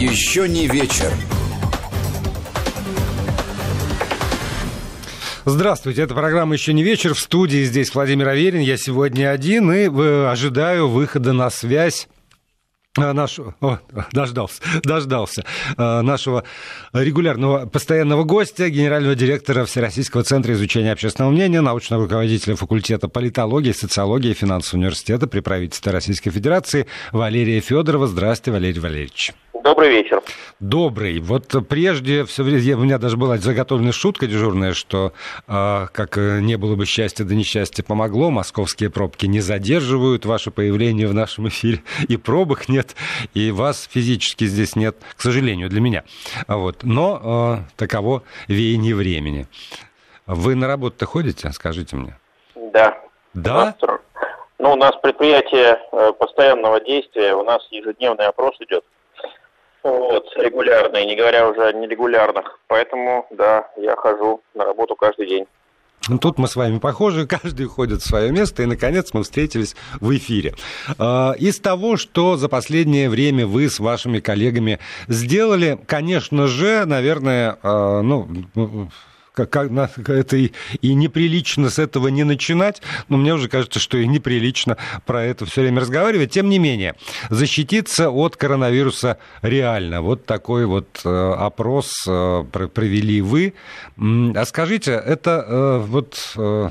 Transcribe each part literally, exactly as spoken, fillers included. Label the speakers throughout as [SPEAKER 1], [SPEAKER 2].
[SPEAKER 1] Еще не вечер.
[SPEAKER 2] Здравствуйте, это программа «Еще не вечер». В студии здесь Владимир Аверин. Я сегодня один и ожидаю выхода на связь нашего, о, дождался, дождался, нашего регулярного постоянного гостя, генерального директора Всероссийского центра изучения общественного мнения, научного руководителя факультета политологии, социологии и финансового университета при правительстве Российской Федерации Валерия Федорова. Здравствуйте, Валерий Валерьевич.
[SPEAKER 3] Добрый вечер.
[SPEAKER 2] Добрый. Вот прежде все время, у меня даже была заготовлена шутка дежурная, что э, как не было бы счастья, да несчастье помогло, московские пробки не задерживают ваше появление в нашем эфире, и пробок нет, и вас физически здесь нет, к сожалению, для меня. Вот. Но э, таково веяние времени. Вы на работу-то ходите, скажите мне?
[SPEAKER 3] Да.
[SPEAKER 2] Да?
[SPEAKER 3] У нас, ну, у нас предприятие постоянного действия, у нас ежедневный опрос идет. Вот, регулярные, не говоря уже о нерегулярных. Поэтому, да, я хожу на работу каждый день.
[SPEAKER 2] Тут мы с вами похожи, каждый ходит в свое место, и, наконец, мы встретились в эфире. Из того, что за последнее время вы с вашими коллегами сделали, конечно же, наверное, ну... Как, как, это и, и неприлично с этого не начинать, но мне уже кажется, что и неприлично про это все время разговаривать. Тем не менее, защититься от коронавируса реально. Вот такой вот э, опрос э, провели вы. А скажите, это э, вот э,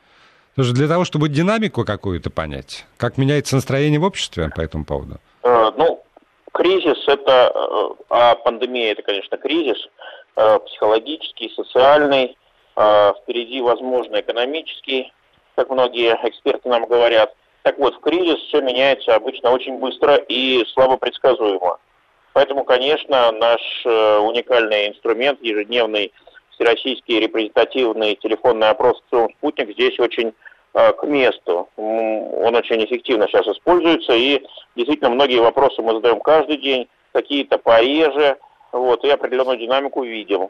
[SPEAKER 2] для того, чтобы динамику какую-то понять, как меняется настроение в обществе по этому поводу?
[SPEAKER 3] Э, ну, кризис это, а пандемия это, конечно, кризис. Психологический, социальный, впереди, возможно, экономический, как многие эксперты нам говорят. Так вот, в кризис все меняется обычно очень быстро и слабо предсказуемо. Поэтому, конечно, наш уникальный инструмент, ежедневный всероссийский репрезентативный телефонный опрос «Спутник» здесь очень к месту. Он очень эффективно сейчас используется, и действительно многие вопросы мы задаем каждый день, какие-то пореже. Вот, и определенную динамику видим.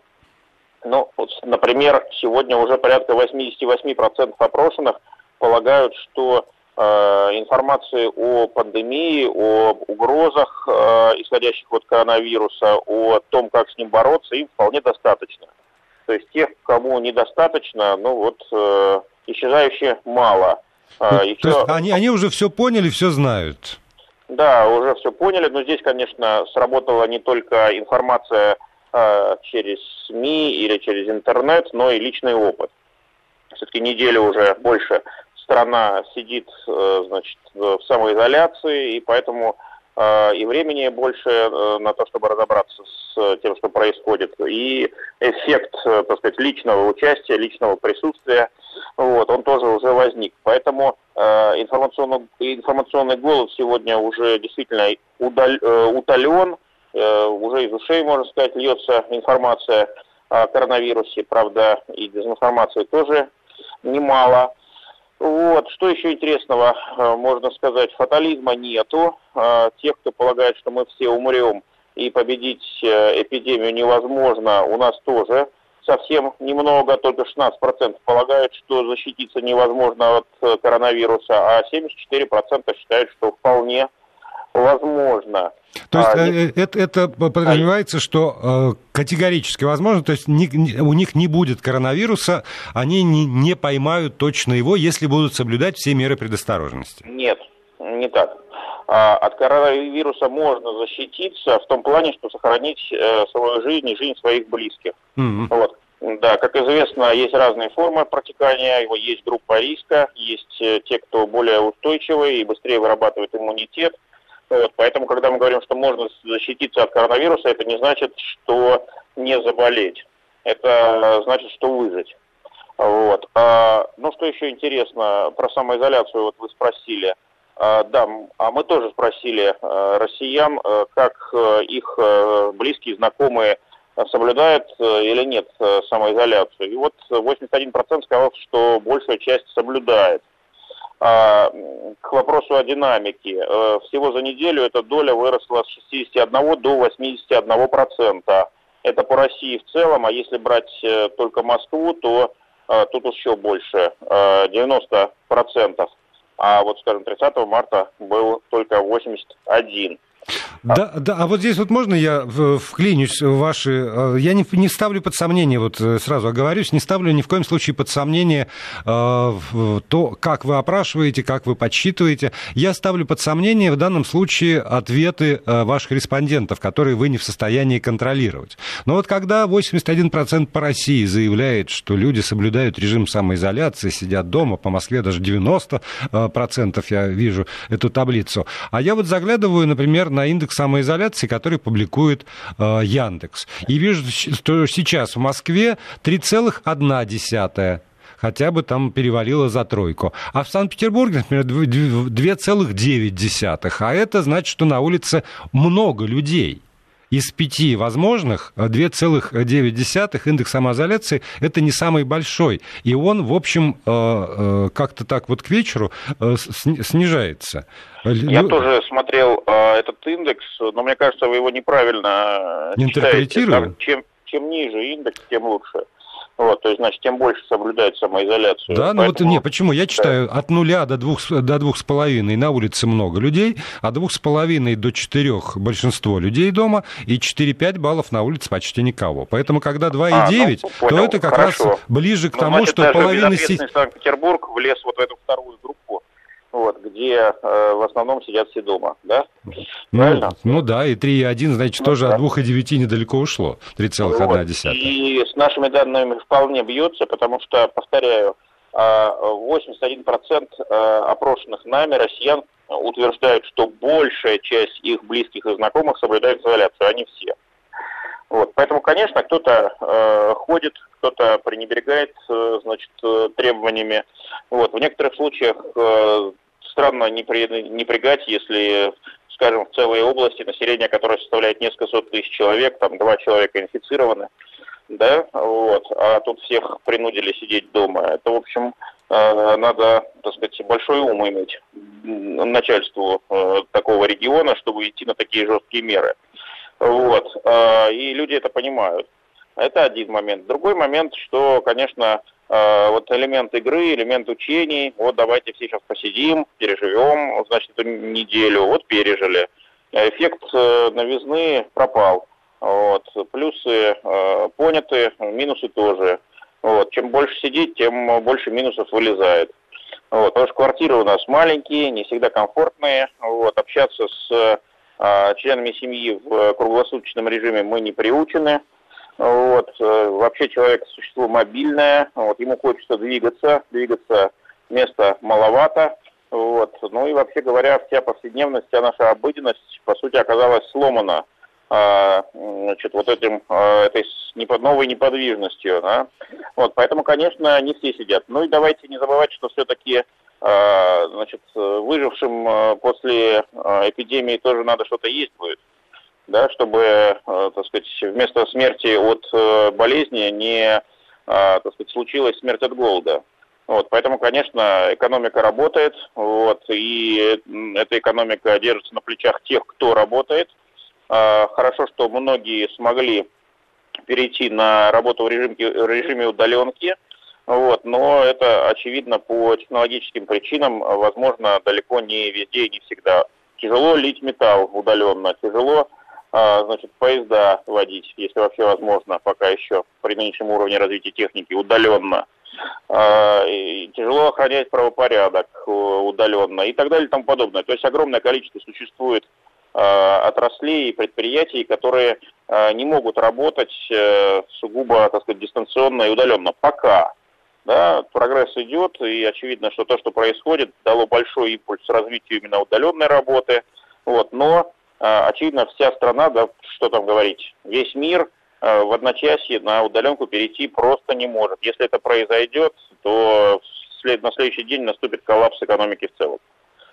[SPEAKER 3] Ну, вот, например, сегодня уже порядка восемьдесят восемь процентов опрошенных полагают, что э, информации о пандемии, о угрозах, э, исходящих от коронавируса, о том, как с ним бороться, им вполне достаточно. То есть тех, кому недостаточно, ну вот, э, исчезающе мало. Э, еще...
[SPEAKER 2] То есть они, они уже все поняли, все знают.
[SPEAKER 3] Да, уже все поняли, но здесь, конечно, сработала не только информация э, через СМИ или через интернет, но и личный опыт. Все-таки неделю уже больше страна сидит, э, значит, в самоизоляции, и поэтому э, и времени больше э, на то, чтобы разобраться с тем, что происходит, и эффект, э, так сказать, личного участия, личного присутствия, вот, он тоже уже возник. Поэтому Информационный, информационный голод сегодня уже действительно удаль, утолен, уже из ушей, можно сказать, льется информация о коронавирусе, правда, и дезинформации тоже немало. Вот. Что еще интересного можно сказать? Фатализма нету. Тех, кто полагает, что мы все умрем и победить эпидемию невозможно, у нас тоже совсем немного, только шестнадцать процентов полагают, что защититься невозможно от коронавируса, а семьдесят четыре процента считают, что вполне возможно.
[SPEAKER 2] То есть
[SPEAKER 3] а,
[SPEAKER 2] это, это подразумевается, что э, категорически возможно, то есть не, не, у них не будет коронавируса, они не, не поймают точно его, если будут соблюдать все меры предосторожности?
[SPEAKER 3] Нет, не так. От коронавируса можно защититься в том плане, что сохранить э, свою жизнь и жизнь своих близких. Mm-hmm. Вот. Да, как известно, есть разные формы протекания, есть группа риска, есть э, те, кто более устойчивый и быстрее вырабатывает иммунитет. Вот. Поэтому, когда мы говорим, что можно защититься от коронавируса, это не значит, что не заболеть. Это значит, что выжить. Вот. А, ну, что еще интересно, про самоизоляцию вот вы спросили. А, да, а мы тоже спросили а, россиян, а, как а, их а, близкие, знакомые соблюдают а, или нет а, самоизоляцию. И вот восемьдесят один процент сказал, что большая часть соблюдает. А, к вопросу о динамике. А, всего за неделю эта доля выросла с шестидесяти одного до восьмидесяти одного процента. Это по России в целом, а если брать а, только Москву, то а, тут еще больше, а, девяносто процентов. А вот, скажем, тридцатого марта был только восемьдесят один.
[SPEAKER 2] Да, да, а вот здесь вот можно я вклинюсь в ваши... Я не, не ставлю под сомнение, вот сразу оговорюсь, не ставлю ни в коем случае под сомнение э, то, как вы опрашиваете, как вы подсчитываете. Я ставлю под сомнение в данном случае ответы э, ваших респондентов, которые вы не в состоянии контролировать. Но вот когда восемьдесят один процент по России заявляет, что люди соблюдают режим самоизоляции, сидят дома, по Москве даже девяносто процентов я вижу эту таблицу. А я вот заглядываю, например, на индекс самоизоляции, который публикует э, Яндекс. И вижу, что сейчас в Москве три целых одна десятая, хотя бы там перевалило за тройку. А в Санкт-Петербурге, например, две целых девять десятых. А это значит, что на улице много людей. Из пяти возможных две целых девять десятых индекс самоизоляции – это не самый большой. И он, в общем, как-то так вот к вечеру снижается.
[SPEAKER 3] Я тоже смотрел этот индекс, но мне кажется, вы его неправильно
[SPEAKER 2] интерпретируете.
[SPEAKER 3] Чем, чем ниже индекс, тем лучше. Вот, то есть, значит, тем больше соблюдает самоизоляцию.
[SPEAKER 2] Да, ну Поэтому... вот не, почему? Я читаю, да. От нуля до двух, до двух с половиной на улице много людей, от двух с половиной до четырех большинство людей дома, и четыре-пять баллов на улице почти никого. Поэтому, когда два и девять,
[SPEAKER 3] ну,
[SPEAKER 2] то это как
[SPEAKER 3] Хорошо.
[SPEAKER 2] раз ближе к
[SPEAKER 3] ну,
[SPEAKER 2] тому,
[SPEAKER 3] значит,
[SPEAKER 2] что половина...
[SPEAKER 3] Безответственный Санкт-Петербург влез вот в эту вторую группу, вот, где э, в основном сидят все дома, да?
[SPEAKER 2] Ну, ну да, и три и один, значит, ну, тоже да. От двух и девяти недалеко ушло, три целых одна десятая.
[SPEAKER 3] Вот. И с нашими данными вполне бьется, потому что, повторяю, восемьдесят один процент опрошенных нами россиян утверждают, что большая часть их близких и знакомых соблюдает изоляцию, а не все. Вот. Поэтому, конечно, кто-то э, ходит, кто-то пренебрегает э, значит, требованиями. Вот. В некоторых случаях э, странно не, при, не прягать, если, скажем, в целой области население, которое составляет несколько сот тысяч человек, там два человека инфицированы, да, вот, а тут всех принудили сидеть дома. Это, в общем, э, надо, так сказать, большой ум иметь начальству э, такого региона, чтобы идти на такие жесткие меры. Вот, и люди это понимают. Это один момент. Другой момент, что, конечно, вот элемент игры, элемент учений, вот давайте все сейчас посидим, переживем, значит, эту неделю, вот пережили. Эффект новизны пропал. Вот, плюсы поняты, минусы тоже. Вот, чем больше сидеть, тем больше минусов вылезает. Вот, потому что квартиры у нас маленькие, не всегда комфортные. Вот, общаться с членами семьи в круглосуточном режиме мы не приучены. Вот. Вообще человек – существо мобильное, вот. Ему хочется двигаться, двигаться места маловато. Вот. Ну и вообще говоря, вся повседневность, вся наша обыденность, по сути, оказалась сломана значит, вот этим, этой новой неподвижностью. Да? Вот. Поэтому, конечно, не все сидят. Ну и давайте не забывать, что все-таки значит, выжившим после эпидемии тоже надо что-то есть будет, да, чтобы, так сказать, вместо смерти от болезни не, так сказать, случилась смерть от голода. Вот, поэтому, конечно, экономика работает, вот, и эта экономика держится на плечах тех, кто работает. Хорошо, что многие смогли перейти на работу в режиме, в режиме удаленки. Вот, но это, очевидно, по технологическим причинам, возможно, далеко не везде и не всегда. Тяжело лить металл удаленно, тяжело, а, значит, поезда водить, если вообще возможно, пока еще при нынешнем уровне развития техники, удаленно. А, и тяжело охранять правопорядок удаленно и так далее и тому подобное. То есть огромное количество существует а, отраслей и предприятий, которые а, не могут работать а, сугубо, так сказать, дистанционно и удаленно. Пока. Да, прогресс идет, и очевидно, что то, что происходит, дало большой импульс развитию именно удаленной работы. Вот, но, очевидно, вся страна, да, что там говорить, весь мир в одночасье на удаленку перейти просто не может. Если это произойдет, то на следующий день наступит коллапс экономики в целом.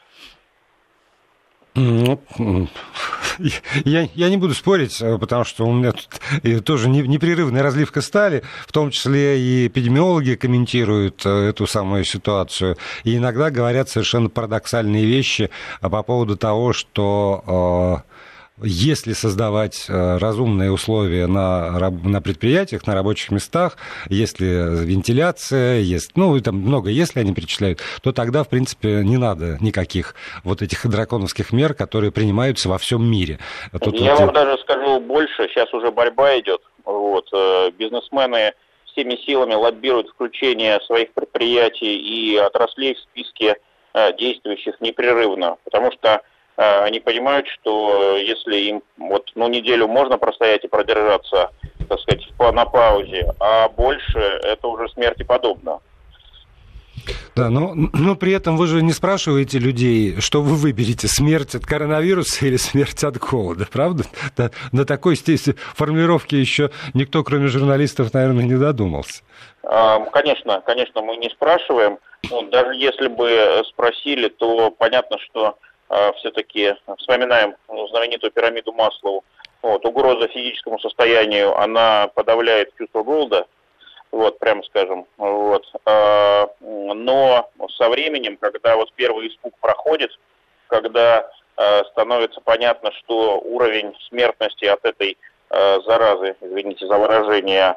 [SPEAKER 2] Ну, я, я не буду спорить, потому что у меня тут тоже непрерывная разливка стали, в том числе и эпидемиологи комментируют эту самую ситуацию, и иногда говорят совершенно парадоксальные вещи по поводу того, что если создавать разумные условия на, на предприятиях, на рабочих местах, если вентиляция, есть, ну, там много если они перечисляют, то тогда, в принципе, не надо никаких вот этих драконовских мер, которые принимаются во всем мире. Тут
[SPEAKER 3] Я
[SPEAKER 2] вот...
[SPEAKER 3] вам даже скажу больше, сейчас уже борьба идет. Вот, бизнесмены всеми силами лоббируют включение своих предприятий и отраслей в списке действующих непрерывно, потому что они понимают, что если им вот ну неделю можно простоять и продержаться, так сказать, на паузе, а больше это уже смерти подобно.
[SPEAKER 2] Да, но, но при этом вы же не спрашиваете людей, что вы выберете, смерть от коронавируса или смерть от голода, правда? Да, на такой формулировке еще никто, кроме журналистов, наверное, не додумался.
[SPEAKER 3] Конечно, конечно, мы не спрашиваем. Ну, даже если бы спросили, то понятно, что все-таки вспоминаем знаменитую пирамиду Маслоу. Вот, угроза физическому состоянию, она подавляет чувство голода, вот, прямо скажем. Вот. Но со временем, когда вот первый испуг проходит, когда становится понятно, что уровень смертности от этой заразы, извините за выражение,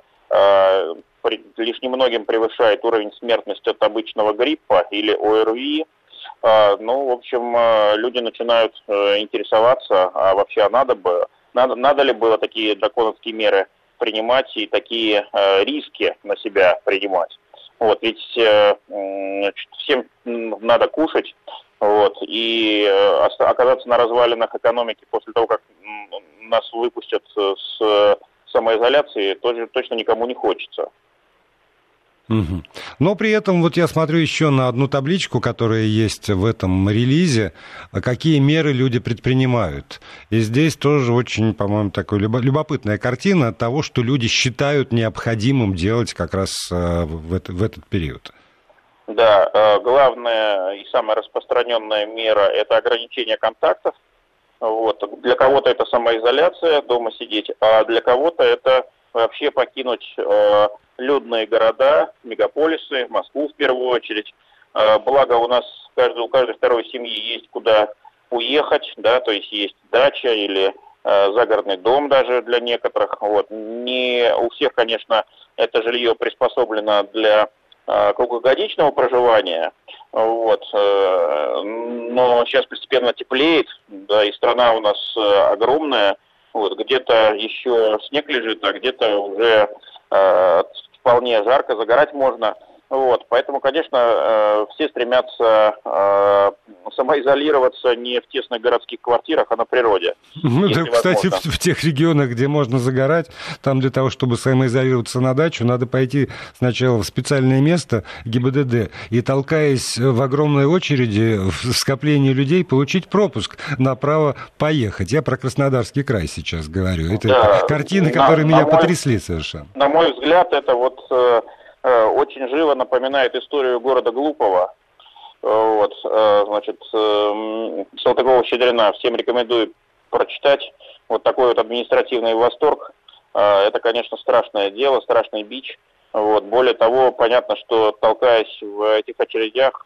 [SPEAKER 3] лишь немногим превышает уровень смертности от обычного гриппа или ОРВИ, ну, в общем, люди начинают интересоваться, а вообще надо бы, надо, надо ли было такие драконовские меры принимать и такие риски на себя принимать. Вот, ведь всем надо кушать, вот, и оказаться на развалинах экономики после того, как нас выпустят с самоизоляции, тоже точно никому не хочется.
[SPEAKER 2] Угу. Но при этом вот я смотрю еще на одну табличку, которая есть в этом релизе, какие меры люди предпринимают. И здесь тоже очень, по-моему, такая любопытная картина того, что люди считают необходимым делать как раз в, это, в этот период.
[SPEAKER 3] Да, главная и самая распространенная мера – это ограничение контактов. Вот. Для кого-то это самоизоляция, дома сидеть, а для кого-то это вообще покинуть э, людные города, мегаполисы, Москву в первую очередь. Э, благо у нас каждый, у каждой второй семьи есть куда уехать, да, то есть есть дача или э, загородный дом даже для некоторых. Вот. Не у всех, конечно, это жилье приспособлено для э, круглогодичного проживания, вот, э, но сейчас постепенно теплеет, да, и страна у нас э, огромная. Вот, где-то еще снег лежит, а где-то уже э, вполне жарко, загорать можно. Вот, поэтому, конечно, э, все стремятся э, самоизолироваться не в тесных городских квартирах, а на природе.
[SPEAKER 2] Ну, да, кстати, в, в тех регионах, где можно загорать, там для того, чтобы самоизолироваться на дачу, надо пойти сначала в специальное место, ГИБДД, и, толкаясь в огромной очереди, в скоплении людей, получить пропуск на право поехать. Я про Краснодарский край сейчас говорю. Это да, картины, которые на, меня на потрясли мой, совершенно.
[SPEAKER 3] На мой взгляд, это вот... очень живо напоминает историю города Глупого. Вот, значит, Салтыкова-Щедрина. Всем рекомендую прочитать. Вот такой вот административный восторг. Это, конечно, страшное дело, страшный бич. Вот. Более того, понятно, что, толкаясь в этих очередях,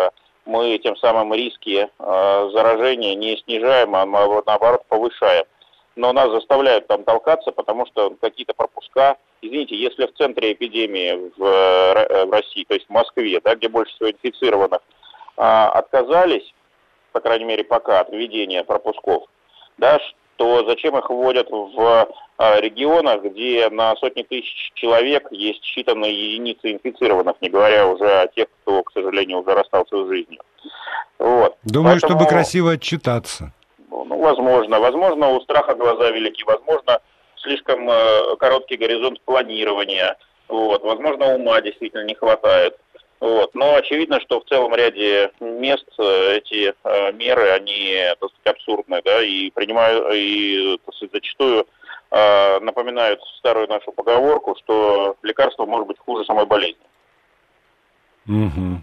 [SPEAKER 3] мы тем самым риски заражения не снижаем, а наоборот повышаем. Но нас заставляют там толкаться, потому что какие-то пропуска. Извините, если в центре эпидемии в, в России, то есть в Москве, да, где больше всего инфицированных, отказались, по крайней мере пока, от введения пропусков, да, то зачем их вводят в регионах, где на сотни тысяч человек есть считанные единицы инфицированных, не говоря уже о тех, кто, к сожалению, уже расстался с жизнью. Вот.
[SPEAKER 2] Думаю, Поэтому... чтобы красиво отчитаться.
[SPEAKER 3] Ну, возможно. Возможно, у страха глаза велики, возможно, слишком э, короткий горизонт планирования. Вот. Возможно, ума действительно не хватает. Вот. Но очевидно, что в целом ряде мест э, эти э, меры, они, так сказать, абсурдны, да, и принимают, и, так сказать, зачастую э, напоминают старую нашу поговорку, что лекарство может быть хуже самой болезни.
[SPEAKER 2] Угу.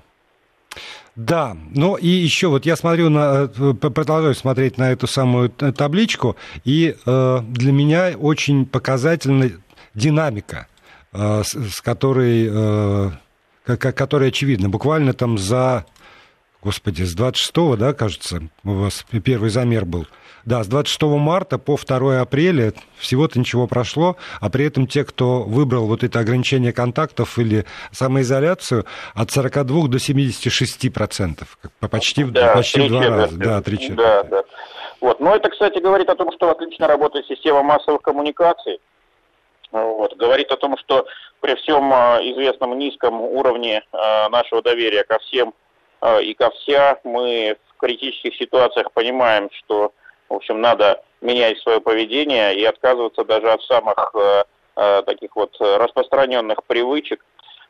[SPEAKER 2] Да, ну и еще вот я смотрю на, продолжаю смотреть на эту самую табличку, и э, для меня очень показательна динамика, э, с, с которой, э, которая очевидна. Буквально там за, господи, с двадцать шестого, да, кажется, у вас первый замер был, Да, с двадцать шестого марта по второго апреля всего-то ничего прошло, а при этом те, кто выбрал вот это ограничение контактов или самоизоляцию, от сорок два до семидесяти шести процентов, почти,
[SPEAKER 3] да,
[SPEAKER 2] почти в два раза. Да, три четверти.
[SPEAKER 3] Да, да. Вот. Но это, кстати, говорит о том, что отлично работает система массовых коммуникаций. Вот. Говорит о том, что при всем известном низком уровне нашего доверия ко всем и ко вся, мы в критических ситуациях понимаем, что, в общем, надо менять свое поведение и отказываться даже от самых таких вот распространенных привычек.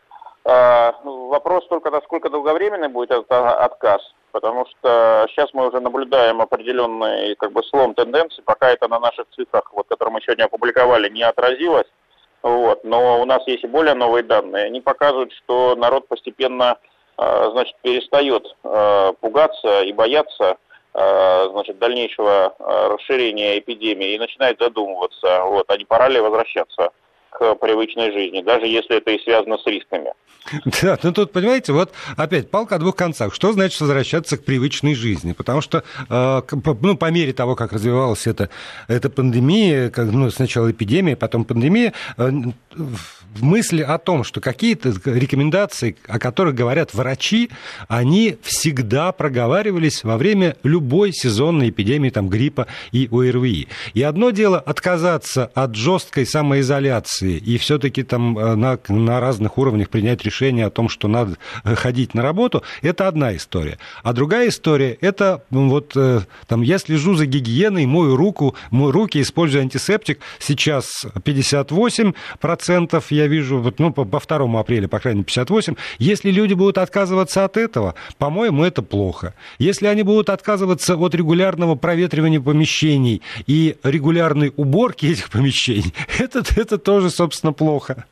[SPEAKER 3] Вопрос только, насколько долговременный будет этот отказ, потому что сейчас мы уже наблюдаем определенный как бы слом тенденций, пока это на наших цифрах, вот, которые мы сегодня опубликовали, не отразилось, вот, но у нас есть и более новые данные, они показывают, что народ постепенно, значит, перестает пугаться и бояться, значит, дальнейшего расширения эпидемии и начинает задумываться, вот, а не пора ли возвращаться к привычной жизни, даже если это и связано с рисками.
[SPEAKER 2] Да, ну тут, понимаете, вот опять палка о двух концах. Что значит возвращаться к привычной жизни? Потому что э, ну, по мере того, как развивалась эта, эта пандемия, как, ну, сначала эпидемия, потом пандемия, э, мысли о том, что какие-то рекомендации, о которых говорят врачи, они всегда проговаривались во время любой сезонной эпидемии, там, гриппа и ОРВИ. И одно дело отказаться от жесткой самоизоляции и все-таки там на, на разных уровнях принять решение о том, что надо ходить на работу, это одна история. А другая история, это вот там я слежу за гигиеной, мою руку, мою руки, использую антисептик. Сейчас пятьдесят восемь процентов я вижу, вот, ну, по, по второму апреля, по крайней мере, пятьдесят восемь процентов. Если люди будут отказываться от этого, по-моему, это плохо. Если они будут отказываться от регулярного проветривания помещений и регулярной уборки этих помещений, это, это тоже, собственно, плохо.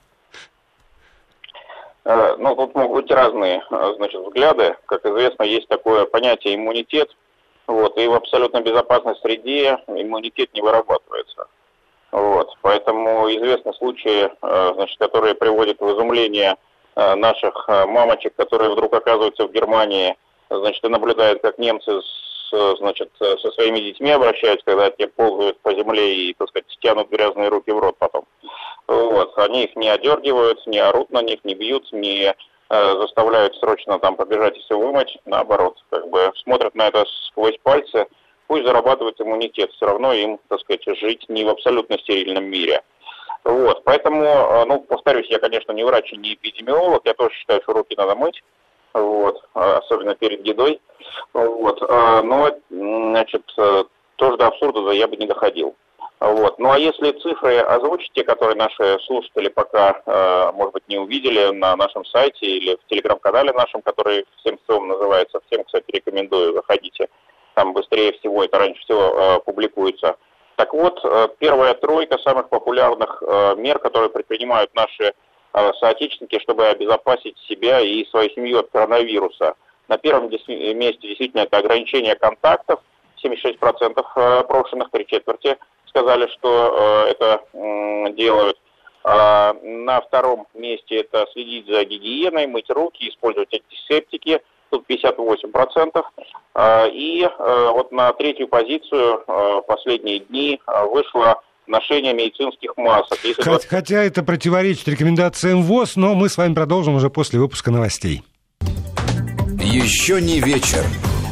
[SPEAKER 3] Ну, тут могут быть разные, значит, взгляды. Как известно, есть такое понятие иммунитет. Вот, и в абсолютно безопасной среде иммунитет не вырабатывается. Вот, поэтому известны случаи, значит, которые приводят в изумление наших мамочек, которые вдруг оказываются в Германии, значит, и наблюдают, как немцы с, значит, со своими детьми обращаются, когда те ползают по земле и, так сказать, тянут грязные руки в рот потом. Вот, они их не одергивают, не орут на них, не бьют, не э, заставляют срочно там побежать и все вымыть, наоборот, как бы смотрят на это сквозь пальцы, пусть зарабатывают иммунитет, все равно им, так сказать, жить не в абсолютно стерильном мире. Вот, поэтому, э, ну, повторюсь, я, конечно, не врач и не эпидемиолог, я тоже считаю, что руки надо мыть, вот, особенно перед едой, вот, э, но, значит, э, тоже до абсурда я бы не доходил. Вот. Ну а если цифры озвучить, те, которые наши слушатели пока, э, может быть, не увидели на нашем сайте или в телеграм-канале нашем, который всем целом называется, всем, кстати, рекомендую, заходите, там быстрее всего, это раньше всего э, публикуется. Так вот, э, первая тройка самых популярных э, мер, которые предпринимают наши э, соотечественники, чтобы обезопасить себя и свою семью от коронавируса. На первом месте действительно это ограничение контактов, семьдесят шесть процентов опрошенных, три четверти сказали, что э, это э, делают. А на втором месте это следить за гигиеной, мыть руки, использовать антисептики, тут пятьдесят восемь процентов. А, и э, вот на третью позицию э, последние дни вышло ношение медицинских масок. Если
[SPEAKER 2] Хотя, двадцать... хотя это противоречит рекомендациям ВОЗ, но мы с вами продолжим уже после выпуска новостей.
[SPEAKER 1] Еще не вечер.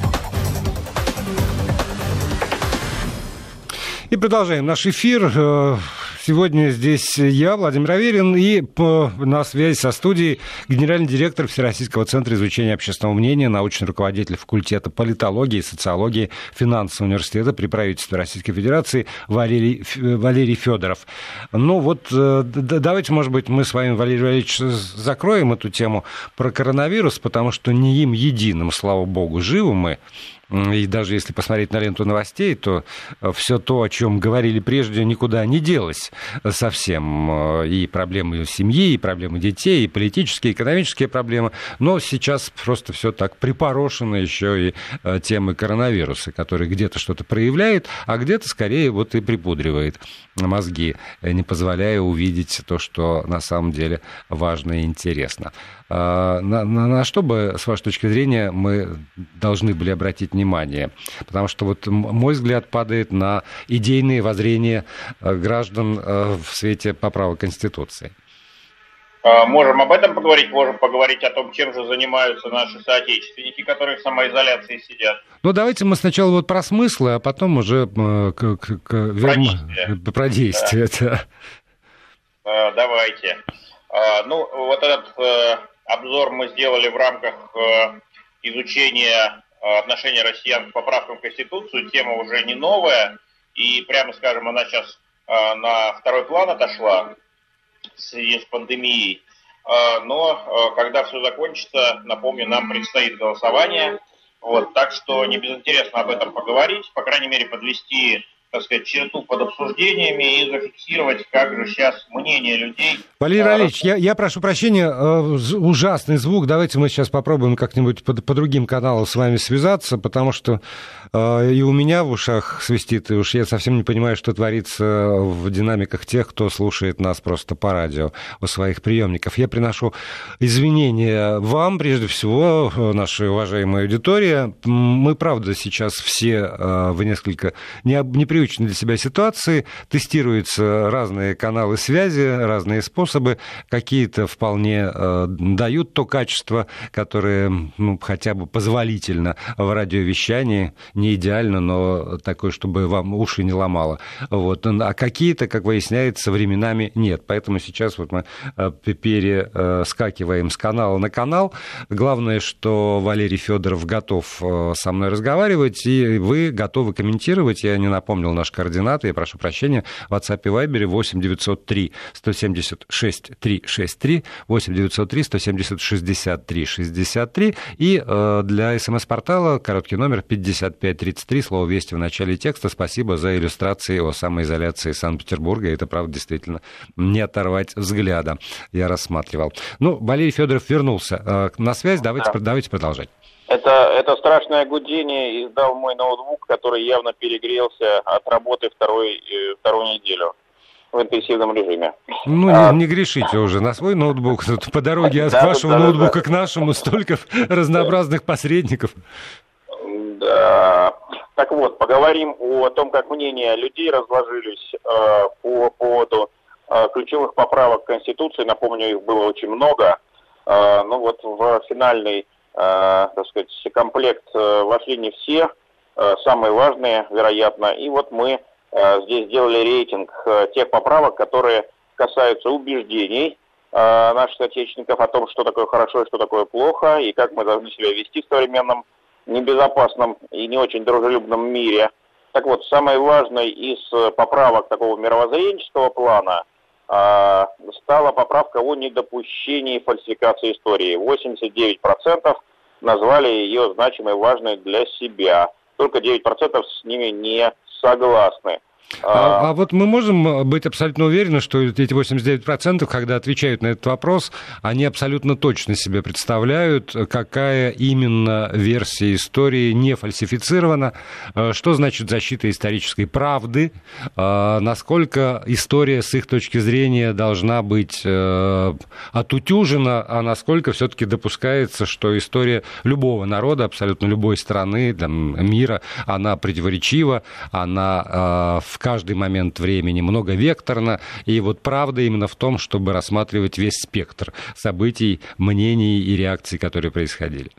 [SPEAKER 2] И продолжаем наш эфир. Сегодня здесь я, Владимир Аверин, и на связи со студией генеральный директор Всероссийского центра изучения общественного мнения, научный руководитель факультета политологии и социологии финансового университета при правительстве Российской Федерации Валерий, Валерий Федоров. Ну вот, давайте, может быть, мы с вами, Валерий Валерьевич, закроем эту тему про коронавирус, потому что не им единым, слава богу, живы мы. И даже если посмотреть на ленту новостей, то все то, о чем говорили прежде, никуда не делось совсем. И проблемы семьи, и проблемы детей, и политические, и экономические проблемы. Но сейчас просто все так припорошено еще и темой коронавируса, который где-то что-то проявляет, а где-то скорее вот и припудривает мозги, не позволяя увидеть то, что на самом деле важно и интересно. На, на, на что бы, с вашей точки зрения, мы должны были обратить внимание внимание. Потому что вот мой взгляд падает на идейные воззрения граждан в свете поправок Конституции.
[SPEAKER 4] Можем об этом поговорить, можем поговорить о том, чем же занимаются наши соотечественники, которые в самоизоляции сидят.
[SPEAKER 2] Ну, давайте мы сначала вот про смыслы, а потом уже к, к, к,
[SPEAKER 4] про действие.
[SPEAKER 2] Про действие
[SPEAKER 4] да. Да. Давайте. Ну, вот этот обзор мы сделали в рамках изучения отношения россиян к поправкам в Конституцию. Тема уже не новая, и, прямо скажем, она сейчас на второй план отошла в связи с пандемией. Но когда все закончится, напомню, нам предстоит голосование. Вот, так что не безинтересно об этом поговорить, по крайней мере, подвести, так сказать, черту под обсуждениями и зафиксировать, как же сейчас мнение людей.
[SPEAKER 2] Валерий Валерьевич, я, я прошу прощения, ужасный звук. Давайте мы сейчас попробуем как-нибудь по, по другим каналам с вами связаться, потому что э, и у меня в ушах свистит, и уж я совсем не понимаю, что творится в динамиках тех, кто слушает нас просто по радио у своих приемников. Я приношу извинения вам, прежде всего, нашей уважаемой аудитории. Мы, правда, сейчас все э, в несколько непривычной для себя ситуации. Тестируются разные каналы связи, разные способы. Какие-то вполне э, дают то качество, которое ну, хотя бы позволительно в радиовещании, не идеально, но такое, чтобы вам уши не ломало. Вот. А какие-то, как выясняется, временами нет. Поэтому сейчас вот мы э, перескакиваем с канала на канал. Главное, что Валерий Федоров готов э, со мной разговаривать, и вы готовы комментировать. Я не напомнил наши координаты, я прошу прощения. В WhatsApp и Viber восемь девятьсот три сто семьдесят шесть триста шестьдесят три, восемь девятьсот три сто семьдесят шестьдесят три шестьдесят три, и э, для СМС-портала короткий номер пятьдесят пять тридцать три, слово «Вести» в начале текста. Спасибо за иллюстрации о самоизоляции Санкт-Петербурга. Это, правда, действительно не оторвать взгляда. Я рассматривал. Ну, Валерий Федоров вернулся э, на связь. Давайте, да. давайте продолжать.
[SPEAKER 3] Это, это страшное гудение издал мой ноутбук, который явно перегрелся от работы второй, вторую неделю в интенсивном режиме.
[SPEAKER 2] Ну, а... не, не грешите уже на свой ноутбук. Тут по дороге от да, вашего да, ноутбука да. к нашему столько разнообразных посредников.
[SPEAKER 3] Да. Так вот, поговорим о том, как мнения людей разложились э, по поводу э, ключевых поправок к Конституции. Напомню, их было очень много. Э, ну вот в финальный Uh, так сказать, комплект uh, вошли не все, uh, самые важные, вероятно. И вот мы uh, здесь сделали рейтинг uh, тех поправок, которые касаются убеждений uh, наших отечественников о том, что такое хорошо и что такое плохо, и как мы должны себя вести в современном, небезопасном и не очень дружелюбном мире. Так вот, самой важной из поправок такого мировоззренческого плана uh, стала поправка о недопущении фальсификации истории. восемьдесят девять процентов назвали ее значимой и важной для себя. Только девять процентов с ними не согласны.
[SPEAKER 2] А, а вот мы можем быть абсолютно уверены, что эти восемьдесят девять процентов, когда отвечают на этот вопрос, они абсолютно точно себе представляют, какая именно версия истории не фальсифицирована, что значит защита исторической правды, насколько история с их точки зрения должна быть отутюжена, а насколько все-таки допускается, что история любого народа, абсолютно любой страны, там, мира, она противоречива, она в в каждый момент времени многовекторно, и вот правда именно в том, чтобы рассматривать весь спектр событий, мнений и реакций, которые происходили.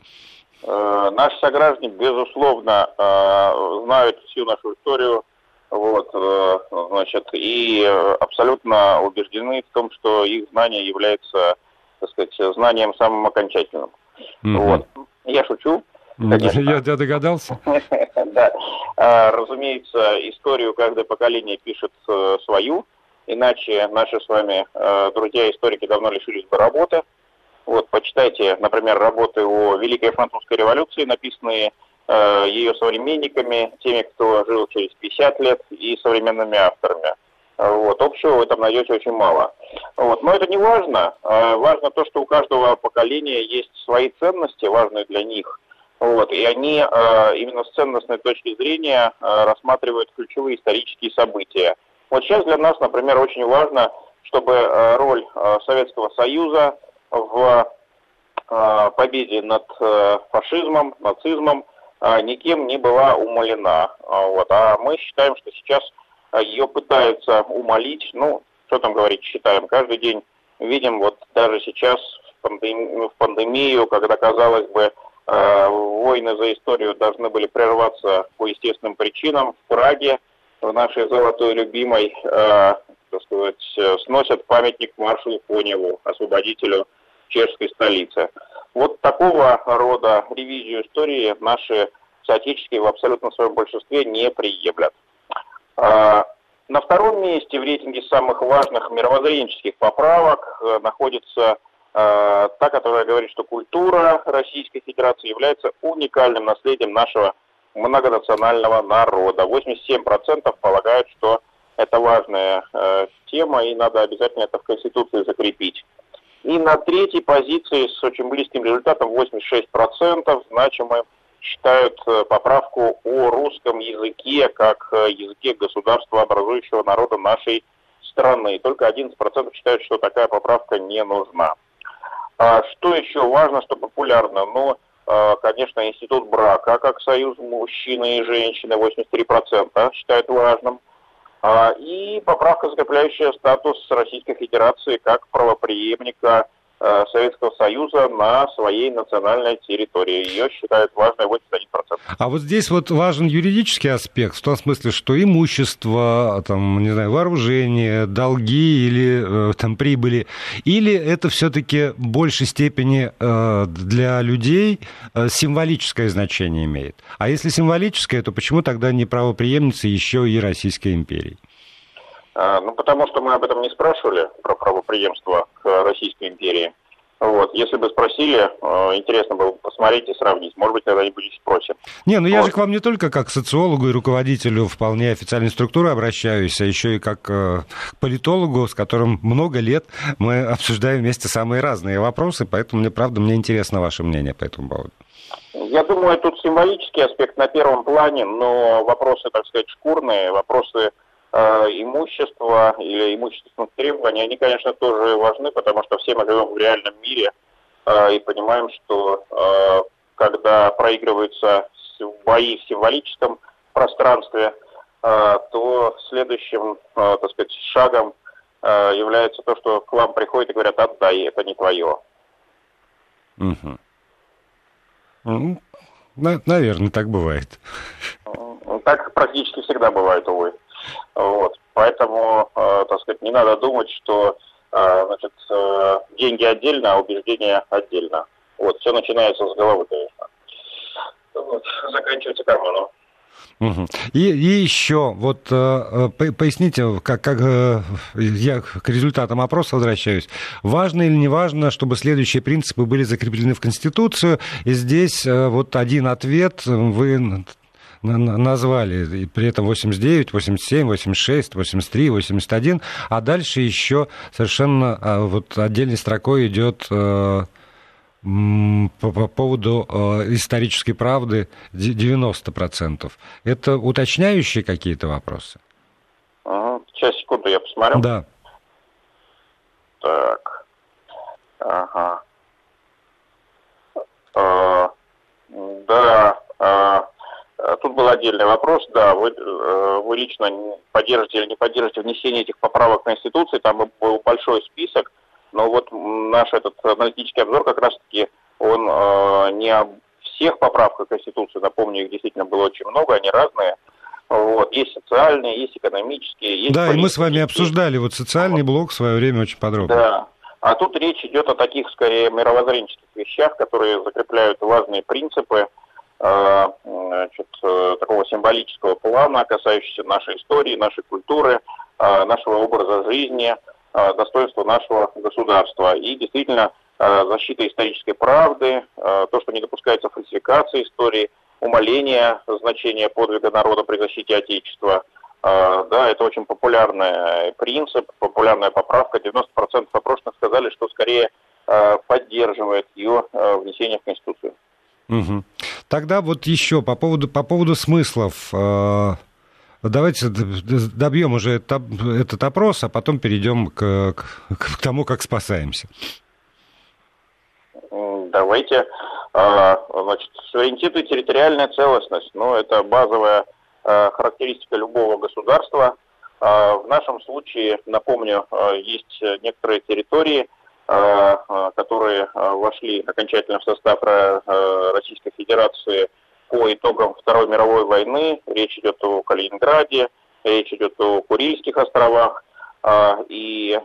[SPEAKER 3] Наши сограждане, безусловно, знают всю нашу историю, вот, значит, и абсолютно убеждены в том, что их знание является, так сказать, знанием самым окончательным. Mm-hmm. Вот. Я шучу.
[SPEAKER 2] Конечно. Я, я догадался.
[SPEAKER 3] Да. Разумеется, историю каждое поколение пишет свою, иначе наши с вами друзья-историки давно лишились бы работы. Вот, почитайте, например, работы о Великой Французской революции, написанные ее современниками, теми, кто жил через пятьдесят лет, и современными авторами. Вот, общего в этом найдете очень мало. Вот, но это не важно. Важно то, что у каждого поколения есть свои ценности, важные для них. Вот, и они э, именно с ценностной точки зрения э, рассматривают ключевые исторические события. Вот сейчас для нас, например, очень важно, чтобы э, роль э, Советского Союза в э, победе над э, фашизмом, нацизмом никем не была умалена. Вот. А мы считаем, что сейчас ее пытаются умалить. Ну, что там говорить, считаем. Каждый день видим, вот даже сейчас в пандемию, в пандемию, когда, казалось бы, войны за историю должны были прерваться по естественным причинам, в Праге, в нашей золотой любимой, так сказать, сносят памятник маршалу Коневу, освободителю чешской столицы. Вот такого рода ревизию истории наши соотечественники в абсолютном своем большинстве не приемлят. На втором месте в рейтинге самых важных мировоззренческих поправок находится та, которая говорит, что культура Российской Федерации является уникальным наследием нашего многонационального народа. восемьдесят семь процентов полагают, что это важная э, тема, и надо обязательно это в Конституции закрепить. И на третьей позиции с очень близким результатом восемьдесят шесть процентов значимым считают э, поправку о русском языке как э, языке государства, образующего народа нашей страны. Только одиннадцать процентов считают, что такая поправка не нужна. А что еще важно, что популярно? Ну, э, конечно, институт брака как союз мужчины и женщины, восемьдесят три процента считают важным. И поправка, закрепляющая статус Российской Федерации как правопреемника Советского Союза на своей национальной территории. Ее считают важной восемьдесят один процент.
[SPEAKER 2] А вот здесь вот важен юридический аспект, в том смысле, что имущество, там, не знаю, вооружение, долги или там прибыли, или это все-таки в большей степени для людей символическое значение имеет? А если символическое, то почему тогда не правопреемница еще и Российской империи?
[SPEAKER 3] Ну, потому что мы об этом не спрашивали, про правопреемство к Российской империи. Вот. Если бы спросили, интересно было бы посмотреть и сравнить. Может быть, когда-нибудь и спросим.
[SPEAKER 2] Не, ну я
[SPEAKER 3] вот.
[SPEAKER 2] же к вам не только как социологу и руководителю вполне официальной структуры обращаюсь, а еще и как к политологу, с которым много лет мы обсуждаем вместе самые разные вопросы, поэтому мне, правда, мне интересно ваше мнение по этому поводу.
[SPEAKER 3] Я думаю, тут символический аспект на первом плане, но вопросы, так сказать, шкурные, вопросы имущества или имущественных требований, они, конечно, тоже важны, потому что все мы живем в реальном мире э, и понимаем, что э, когда проигрываются бои в символическом пространстве, э, то следующим, э, так сказать, шагом э, является то, что к вам приходят и говорят: отдай, это не твое.
[SPEAKER 2] Угу. Ну, наверное, так бывает.
[SPEAKER 3] Так практически всегда бывает, увы. Вот. Поэтому, э, так сказать, не надо думать, что э, значит, э, деньги отдельно, а убеждения отдельно. Вот. Все начинается с головы, конечно. Вот. Заканчивается карманом.
[SPEAKER 2] Угу. И, и еще, вот э, поясните, как, как э, я к результатам опроса возвращаюсь, важно или не важно, чтобы следующие принципы были закреплены в Конституцию, и здесь э, вот один ответ вы назвали, и при этом восемьдесят девять, восемьдесят семь, восемьдесят шесть, восемьдесят три, восемьдесят один, а дальше еще совершенно вот отдельной строкой идет э, по, по поводу э, исторической правды девяносто процентов. Это уточняющие какие-то вопросы?
[SPEAKER 3] Ага. Сейчас, секунду, я посмотрю.
[SPEAKER 2] Да.
[SPEAKER 3] Так. Ага. А, да. А... Тут был отдельный вопрос, да, вы, вы лично поддержите или не поддержите внесение этих поправок в Конституцию, там был большой список, но вот наш этот аналитический обзор как раз-таки, он э, не о всех поправках Конституции, напомню, их действительно было очень много, они разные, вот, есть социальные, есть экономические, есть...
[SPEAKER 2] Да, и мы с вами обсуждали вот социальный блок в свое время очень подробно.
[SPEAKER 3] Да, а тут речь идет о таких, скорее, мировоззренческих вещах, которые закрепляют важные принципы, значит, такого символического плана, касающегося нашей истории, нашей культуры, нашего образа жизни, достоинства нашего государства. И действительно защита исторической правды, то, что не допускается фальсификации истории, умаление значения подвига народа при защите Отечества. Да, это очень популярный принцип, популярная поправка. девяносто процентов опрошенных сказали, что скорее поддерживает ее внесение в Конституцию.
[SPEAKER 2] Угу. Тогда вот еще по поводу, по поводу смыслов. Давайте добьем уже этот, этот опрос, а потом перейдем к, к, к тому, как спасаемся.
[SPEAKER 3] Давайте. Значит, суверенитет и территориальная целостность, ну, это базовая характеристика любого государства. В нашем случае, напомню, есть некоторые территории, которые вошли окончательно в состав Российской Федерации по итогам Второй мировой войны. Речь идет о Калининграде, речь идет о Курильских островах, и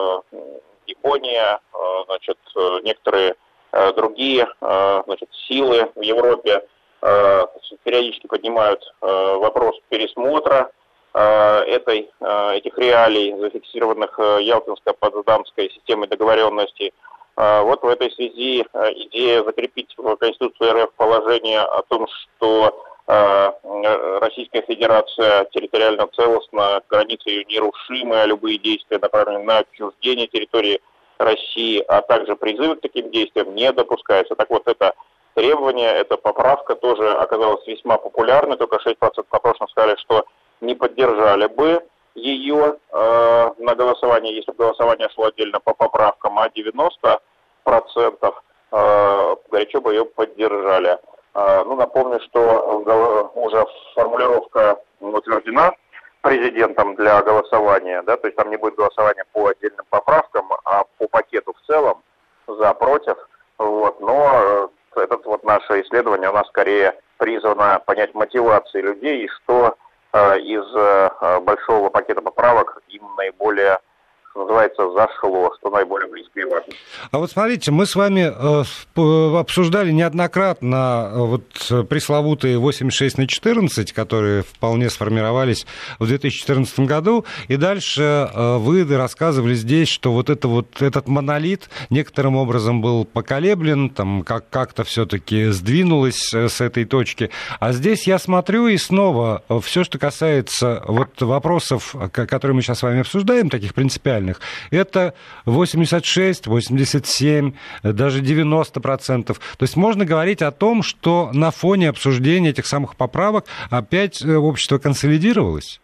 [SPEAKER 3] Япония, значит, некоторые другие, значит, силы в Европе периодически поднимают вопрос пересмотра этой, этих реалий, зафиксированных Ялтинско-Потсдамской системой договоренности. Вот в этой связи идея закрепить в Конституции РФ положение о том, что Российская Федерация территориально целостна, границы ее нерушимы, а любые действия, направленные на отчуждение территории России, а также призывы к таким действиям не допускаются. Так вот, это требование, эта поправка тоже оказалась весьма популярной, только шесть процентов опрошенных сказали, что не поддержали бы ее э, на голосование, если бы голосование шло отдельно по поправкам, а девяносто процентов э, горячо бы ее поддержали. Э, ну, напомню, что уже формулировка утверждена президентом для голосования, да, то есть там не будет голосования по отдельным поправкам, а по пакету в целом, за, против, вот, но э, это вот наше исследование у нас скорее призвано понять мотивации людей и что э, из э, большого пакета поправок им наиболее, что называется, зашло, что наиболее близко и важно.
[SPEAKER 2] А вот смотрите, мы с вами э, обсуждали неоднократно э, вот пресловутые восемьдесят шесть на четырнадцать, которые вполне сформировались в две тысячи четырнадцатом году, и дальше э, вы рассказывали здесь, что вот, это вот этот монолит некоторым образом был поколеблен, там как- как-то все-таки сдвинулось с этой точки. А здесь я смотрю, и снова все, что касается вот вопросов, которые мы сейчас с вами обсуждаем, таких принципиальных, это восемьдесят шесть, восемьдесят семь, даже девяносто процентов. То есть можно говорить о том, что на фоне обсуждения этих самых поправок опять общество консолидировалось?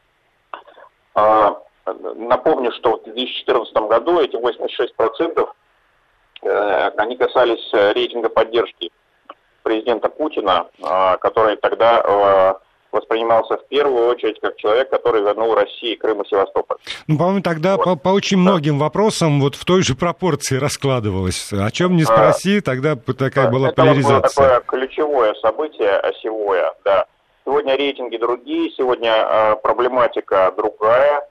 [SPEAKER 3] А, напомню, что в две тысячи четырнадцатом году эти восемьдесят шесть процентов э, они касались рейтинга поддержки президента Путина, э, который тогда э, воспринимался в первую очередь как человек, который вернул России Крым и Севастополь.
[SPEAKER 2] Ну, по-моему, тогда вот. по, по очень многим да. вопросам вот в той же пропорции раскладывалось. О чем не спроси, тогда такая была
[SPEAKER 3] Это
[SPEAKER 2] поляризация.
[SPEAKER 3] Это было такое ключевое событие осевое, да. Сегодня рейтинги другие, сегодня э, проблематика другая,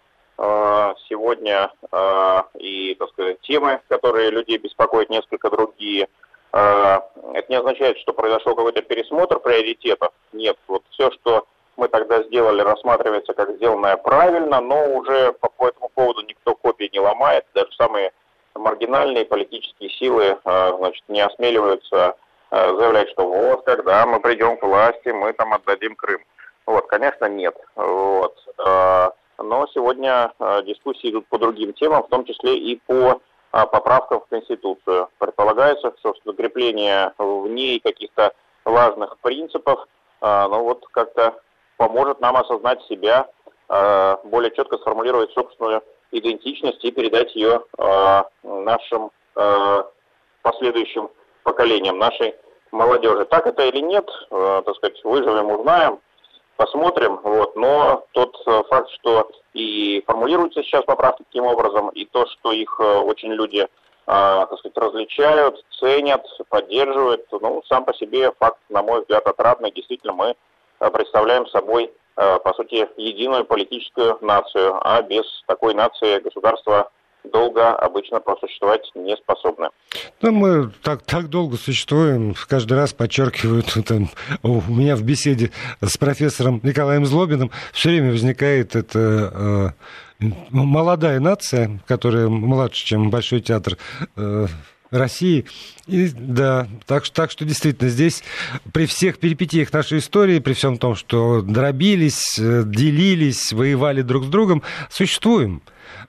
[SPEAKER 3] э, сегодня э, и, так сказать, темы, которые людей беспокоят, несколько другие. Э, это не означает, что произошел какой-то пересмотр приоритетов. Нет, вот все, что мы тогда сделали, рассматривается как сделанное правильно, но уже по, по этому поводу никто копии не ломает, даже самые маргинальные политические силы, э, значит, не осмеливаются э, заявлять, что вот, когда мы придем к власти, мы там отдадим Крым. Вот, конечно, нет. Вот. Э, но сегодня э, дискуссии идут по другим темам, в том числе и по э, поправкам в Конституцию. Предполагается, что закрепление в ней каких-то важных принципов, э, ну вот как-то поможет нам осознать себя, э, более четко сформулировать собственную идентичность и передать ее э, нашим э, последующим поколениям, нашей молодежи. Так это или нет, э, так сказать, выживем, узнаем, посмотрим. Вот. Но тот э, факт, что и формулируются сейчас поправки таким образом, и то, что их э, очень люди, э, так сказать, различают, ценят, поддерживают, ну, сам по себе факт, на мой взгляд, отрадный. Действительно, мы представляем собой, по сути, единую политическую нацию, а без такой нации государство долго обычно просуществовать не способны.
[SPEAKER 2] Ну, мы так, так долго существуем, каждый раз подчеркивают, там, у меня в беседе с профессором Николаем Злобиным все время возникает эта э, молодая нация, которая младше, чем Большой театр э, России. И, да, так, так что действительно здесь при всех перипетиях нашей истории, при всем том, что дробились, делились, воевали друг с другом, существуем.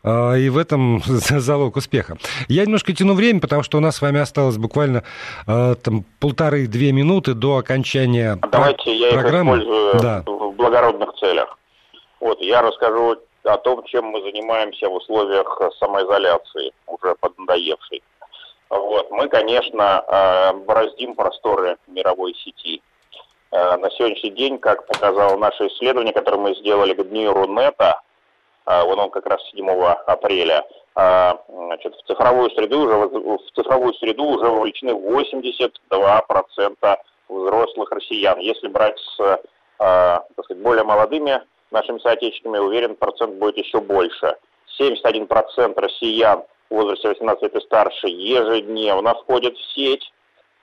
[SPEAKER 2] И в этом залог успеха. Я немножко тяну время, потому что у нас с вами осталось буквально там, полторы-две минуты до окончания
[SPEAKER 3] Давайте я
[SPEAKER 2] программы.
[SPEAKER 3] их использую
[SPEAKER 2] да.
[SPEAKER 3] в благородных целях. Вот, я расскажу о том, чем мы занимаемся в условиях самоизоляции, уже поднадоевшей. Вот. Мы, конечно, бороздим просторы мировой сети. На сегодняшний день, как показало наше исследование, которое мы сделали к дню Рунета, вот он как раз седьмого апреля, значит, в цифровую среду уже в цифровую среду уже вовлечены восемьдесят два процента взрослых россиян. Если брать с, так сказать, более молодыми нашими соотечественниками, уверен, процент будет еще больше. семьдесят один процент россиян в возрасте восемнадцати лет и старше ежедневно входят в сеть.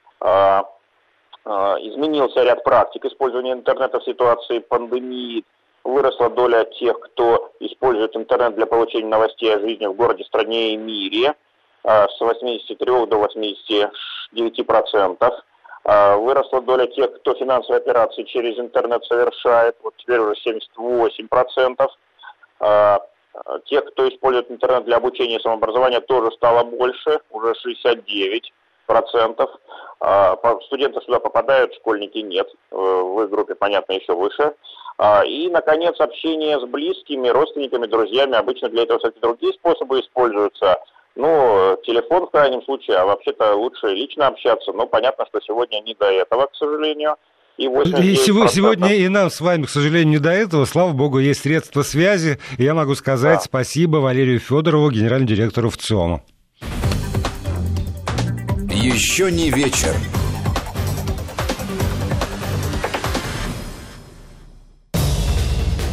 [SPEAKER 3] Изменился ряд практик использования интернета в ситуации пандемии. Выросла доля тех, кто использует интернет для получения новостей о жизни в городе, стране и мире с восьмидесяти трёх до восьмидесяти девяти процентов. Выросла доля тех, кто финансовые операции через интернет совершает, вот теперь уже семьдесят восемь процентов. Тех, кто использует интернет для обучения и самообразования, тоже стало больше, уже шестьдесят девять процентов. Студенты сюда попадают, школьники нет, в их группе, понятно, еще выше. И, наконец, общение с близкими, родственниками, друзьями. Обычно для этого, кстати, другие способы используются. Ну, телефон в крайнем случае, а вообще-то лучше лично общаться. Но понятно, что сегодня не до этого, к сожалению. И,
[SPEAKER 2] и сегодня и нам с вами, к сожалению, не до этого. Слава богу, есть средства связи. И я могу сказать да. спасибо Валерию Федорову, генеральному директору ВЦИОМа.
[SPEAKER 1] Еще не вечер.